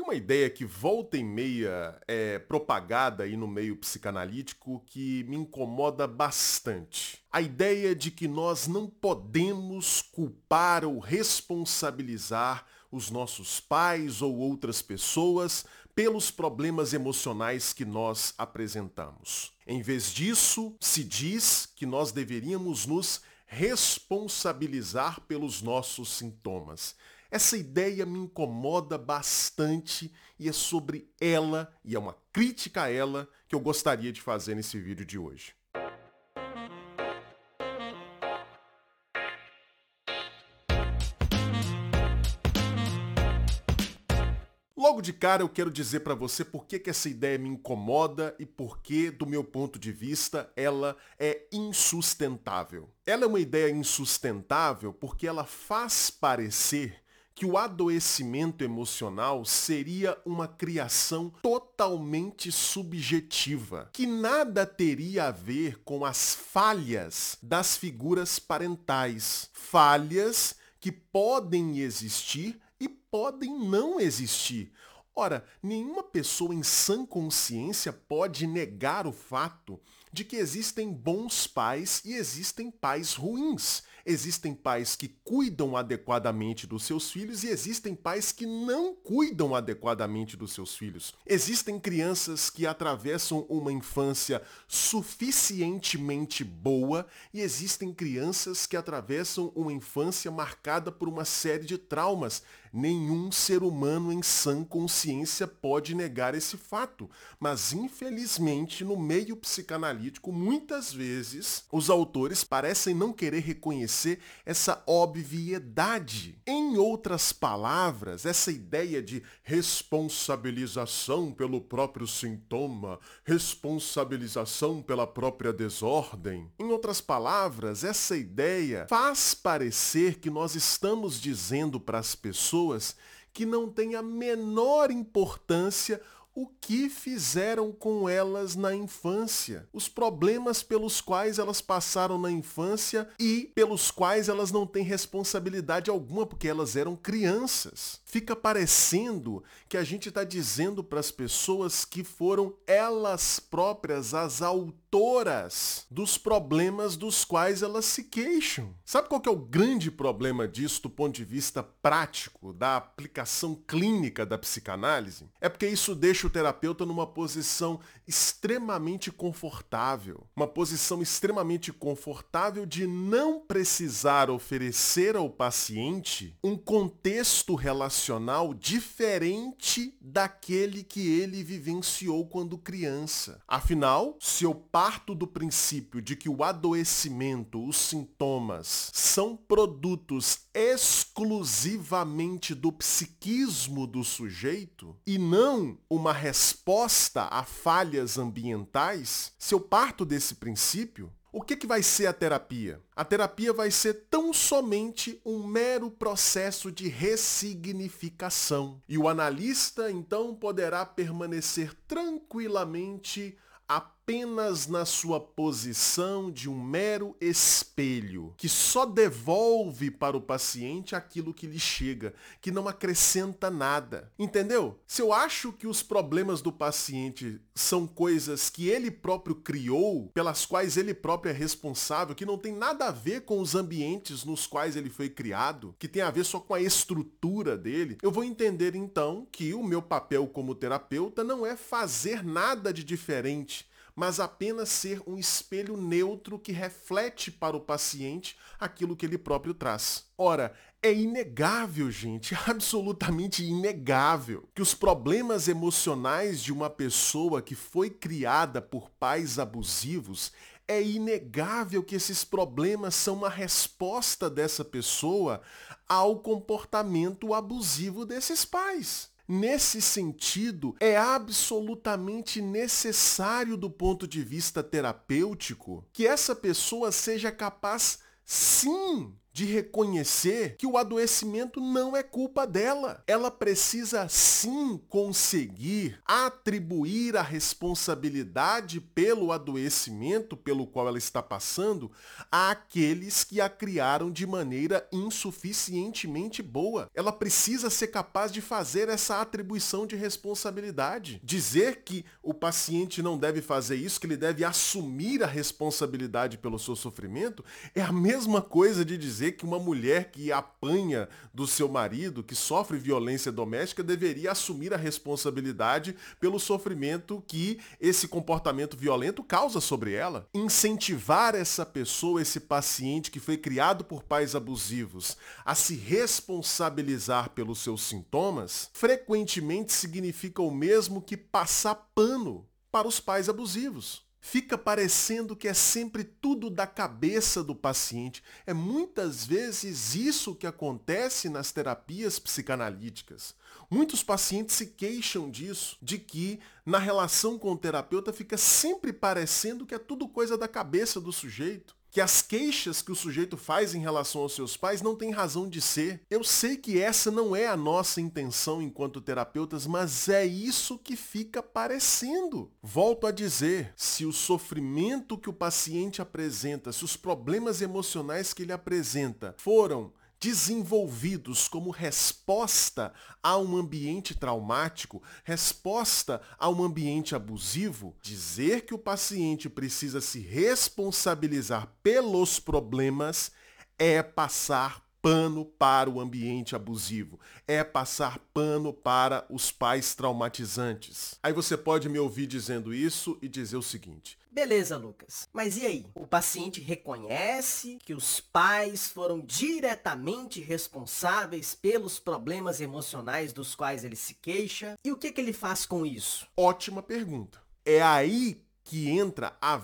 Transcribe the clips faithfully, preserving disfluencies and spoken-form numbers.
Tem uma ideia que volta e meia é propagada aí no meio psicanalítico que me incomoda bastante. A ideia de que nós não podemos culpar ou responsabilizar os nossos pais ou outras pessoas pelos problemas emocionais que nós apresentamos. Em vez disso, se diz que nós deveríamos nos responsabilizar pelos nossos sintomas. Essa ideia me incomoda bastante e é sobre ela, e é uma crítica a ela, que eu gostaria de fazer nesse vídeo de hoje. Logo de cara eu quero dizer para você por que que essa ideia me incomoda e por que, do meu ponto de vista, ela é insustentável. Ela é uma ideia insustentável porque ela faz parecer que o adoecimento emocional seria uma criação totalmente subjetiva, que nada teria a ver com as falhas das figuras parentais. Falhas que podem existir e podem não existir. Ora, nenhuma pessoa em sã consciência pode negar o fato de que existem bons pais e existem pais ruins. Existem pais que cuidam adequadamente dos seus filhos e existem pais que não cuidam adequadamente dos seus filhos. Existem crianças que atravessam uma infância suficientemente boa e existem crianças que atravessam uma infância marcada por uma série de traumas. Nenhum ser humano em sã consciência pode negar esse fato, mas infelizmente no meio psicanalítico muitas vezes os autores parecem não querer reconhecer essa obviedade. Em outras palavras, essa ideia de responsabilização pelo próprio sintoma, responsabilização pela própria desordem, em outras palavras, essa ideia faz parecer que nós estamos dizendo para as pessoas que não tem a menor importância o que fizeram com elas na infância, os problemas pelos quais elas passaram na infância e pelos quais elas não têm responsabilidade alguma porque elas eram crianças. Fica parecendo que a gente está dizendo para as pessoas que foram elas próprias as autoras dos problemas dos quais elas se queixam. Sabe qual que é o grande problema disso do ponto de vista prático, da aplicação clínica da psicanálise? É porque isso deixa o terapeuta numa posição extremamente confortável. Uma posição extremamente confortável de não precisar oferecer ao paciente um contexto relacional diferente daquele que ele vivenciou quando criança. Afinal, se eu parto do princípio de que o adoecimento, os sintomas, são produtos exclusivamente do psiquismo do sujeito e não uma resposta a falhas ambientais, se eu parto desse princípio, o que, que vai ser a terapia? A terapia vai ser tão somente um mero processo de ressignificação. E o analista, então, poderá permanecer tranquilamente apenas na sua posição de um mero espelho, que só devolve para o paciente aquilo que lhe chega, que não acrescenta nada. Entendeu? Se eu acho que os problemas do paciente são coisas que ele próprio criou, pelas quais ele próprio é responsável, que não tem nada a ver com os ambientes nos quais ele foi criado, que tem a ver só com a estrutura dele, eu vou entender então que o meu papel como terapeuta não é fazer nada de diferente, mas apenas ser um espelho neutro que reflete para o paciente aquilo que ele próprio traz. Ora, é inegável, gente, absolutamente inegável, que os problemas emocionais de uma pessoa que foi criada por pais abusivos, é inegável que esses problemas são uma resposta dessa pessoa ao comportamento abusivo desses pais. Nesse sentido, é absolutamente necessário do ponto de vista terapêutico que essa pessoa seja capaz, sim, de reconhecer que o adoecimento não é culpa dela. Ela precisa sim conseguir atribuir a responsabilidade pelo adoecimento pelo qual ela está passando àqueles que a criaram de maneira insuficientemente boa. Ela precisa ser capaz de fazer essa atribuição de responsabilidade. Dizer que o paciente não deve fazer isso, que ele deve assumir a responsabilidade pelo seu sofrimento, é a mesma coisa de dizer que uma mulher que apanha do seu marido, que sofre violência doméstica, deveria assumir a responsabilidade pelo sofrimento que esse comportamento violento causa sobre ela. Incentivar essa pessoa, esse paciente que foi criado por pais abusivos, a se responsabilizar pelos seus sintomas, frequentemente significa o mesmo que passar pano para os pais abusivos. Fica parecendo que é sempre tudo da cabeça do paciente. É muitas vezes isso que acontece nas terapias psicanalíticas. Muitos pacientes se queixam disso, de que na relação com o terapeuta fica sempre parecendo que é tudo coisa da cabeça do sujeito. Que as queixas que o sujeito faz em relação aos seus pais não têm razão de ser. Eu sei que essa não é a nossa intenção enquanto terapeutas, mas é isso que fica parecendo. Volto a dizer, se o sofrimento que o paciente apresenta, se os problemas emocionais que ele apresenta foram desenvolvidos como resposta a um ambiente traumático, resposta a um ambiente abusivo, dizer que o paciente precisa se responsabilizar pelos problemas é passar pano para o ambiente abusivo, é passar pano para os pais traumatizantes. Aí você pode me ouvir dizendo isso e dizer o seguinte: beleza, Lucas, mas e aí? O paciente reconhece que os pais foram diretamente responsáveis pelos problemas emocionais dos quais ele se queixa, e o que, que ele faz com isso? Ótima pergunta. É aí que entra a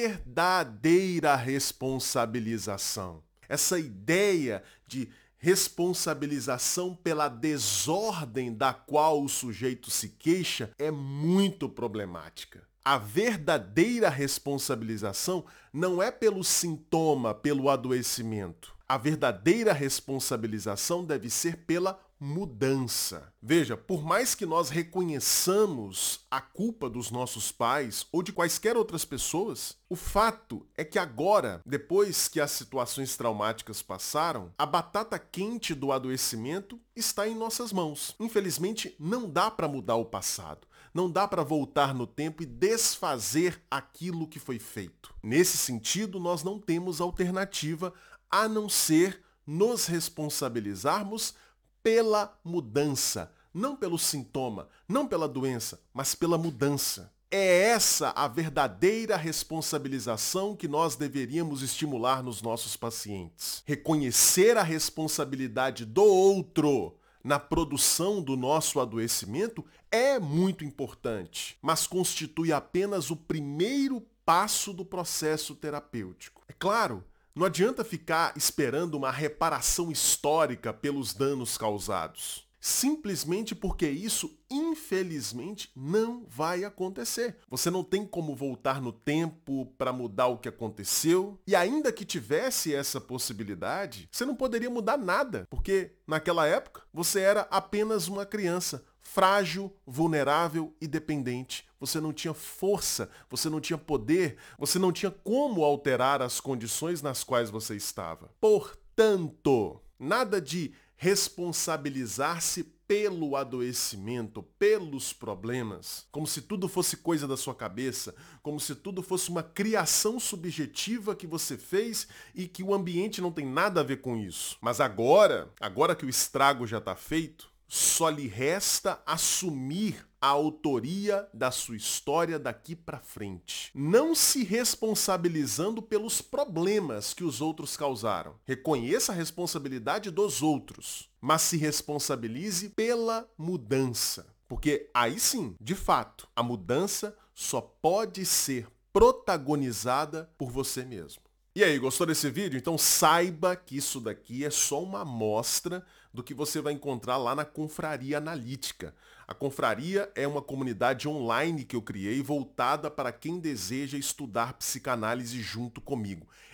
verdadeira responsabilização. Essa ideia de responsabilização pela desordem da qual o sujeito se queixa é muito problemática. A verdadeira responsabilização não é pelo sintoma, pelo adoecimento. A verdadeira responsabilização deve ser pela mudança. Veja, por mais que nós reconheçamos a culpa dos nossos pais ou de quaisquer outras pessoas, o fato é que agora, depois que as situações traumáticas passaram, a batata quente do adoecimento está em nossas mãos. Infelizmente, não dá para mudar o passado. Não dá para voltar no tempo e desfazer aquilo que foi feito. Nesse sentido, nós não temos alternativa a não ser nos responsabilizarmos pela mudança, não pelo sintoma, não pela doença, mas pela mudança. É essa a verdadeira responsabilização que nós deveríamos estimular nos nossos pacientes. Reconhecer a responsabilidade do outro na produção do nosso adoecimento é muito importante, mas constitui apenas o primeiro passo do processo terapêutico. É claro, não adianta ficar esperando uma reparação histórica pelos danos causados. Simplesmente porque isso, infelizmente, não vai acontecer. Você não tem como voltar no tempo para mudar o que aconteceu. E ainda que tivesse essa possibilidade, você não poderia mudar nada, porque naquela época você era apenas uma criança, frágil, vulnerável e dependente. Você não tinha força, você não tinha poder, você não tinha como alterar as condições nas quais você estava. Portanto, nada de responsabilizar-se pelo adoecimento, pelos problemas, como se tudo fosse coisa da sua cabeça, como se tudo fosse uma criação subjetiva que você fez e que o ambiente não tem nada a ver com isso. Mas agora, agora que o estrago já está feito, só lhe resta assumir a autoria da sua história daqui para frente, não se responsabilizando pelos problemas que os outros causaram. Reconheça a responsabilidade dos outros, mas se responsabilize pela mudança. Porque aí sim, de fato, a mudança só pode ser protagonizada por você mesmo. E aí, gostou desse vídeo? Então saiba que isso daqui é só uma amostra do que você vai encontrar lá na Confraria Analítica. A Confraria é uma comunidade online que eu criei voltada para quem deseja estudar psicanálise junto comigo.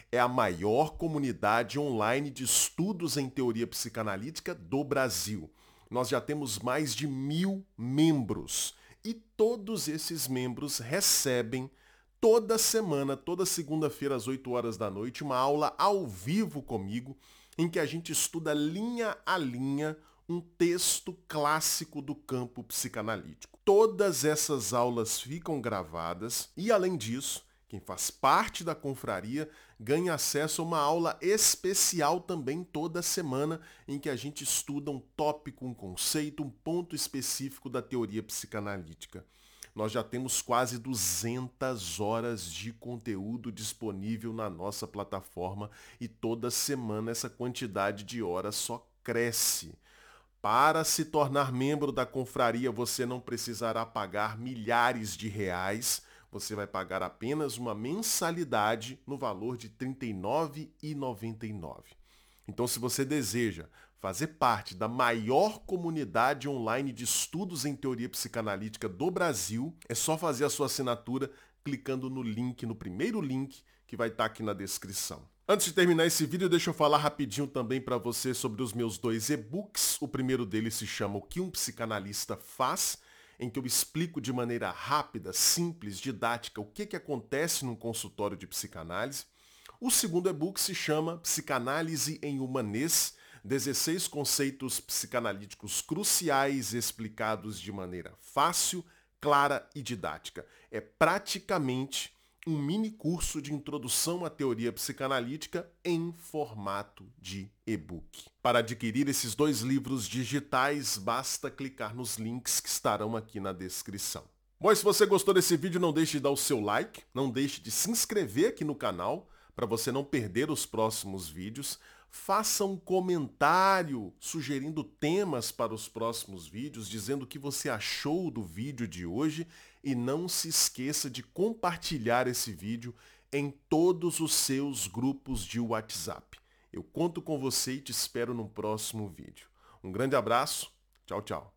é a maior comunidade online de estudos em teoria psicanalítica do Brasil. Nós já temos mais de mil membros e todos esses membros recebem toda semana, toda segunda-feira às oito horas da noite, uma aula ao vivo comigo em que a gente estuda linha a linha um texto clássico do campo psicanalítico. Todas essas aulas ficam gravadas e, além disso, quem faz parte da confraria ganha acesso a uma aula especial também toda semana em que a gente estuda um tópico, um conceito, um ponto específico da teoria psicanalítica. Nós já temos quase duzentas horas de conteúdo disponível na nossa plataforma e toda semana essa quantidade de horas só cresce. Para se tornar membro da confraria, você não precisará pagar milhares de reais. Você vai pagar apenas uma mensalidade no valor de trinta e nove reais e noventa e nove centavos. Então, se você deseja fazer parte da maior comunidade online de estudos em teoria psicanalítica do Brasil, é só fazer a sua assinatura clicando no link, no primeiro link que vai estar aqui na descrição. Antes de terminar esse vídeo, deixa eu falar rapidinho também para você sobre os meus dois e-books. O primeiro deles se chama O que um psicanalista faz, em que eu explico de maneira rápida, simples, didática o que, que acontece num consultório de psicanálise. O segundo e-book se chama Psicanálise em Humanês, dezesseis conceitos psicanalíticos cruciais explicados de maneira fácil, clara e didática. É praticamente um mini curso de introdução à teoria psicanalítica em formato de e-book. Para adquirir esses dois livros digitais, basta clicar nos links que estarão aqui na descrição. Bom, e se você gostou desse vídeo, não deixe de dar o seu like, não deixe de se inscrever aqui no canal para você não perder os próximos vídeos. Faça um comentário sugerindo temas para os próximos vídeos, dizendo o que você achou do vídeo de hoje e não se esqueça de compartilhar esse vídeo em todos os seus grupos de WhatsApp. Eu conto com você e te espero no próximo vídeo. Um grande abraço, tchau, tchau.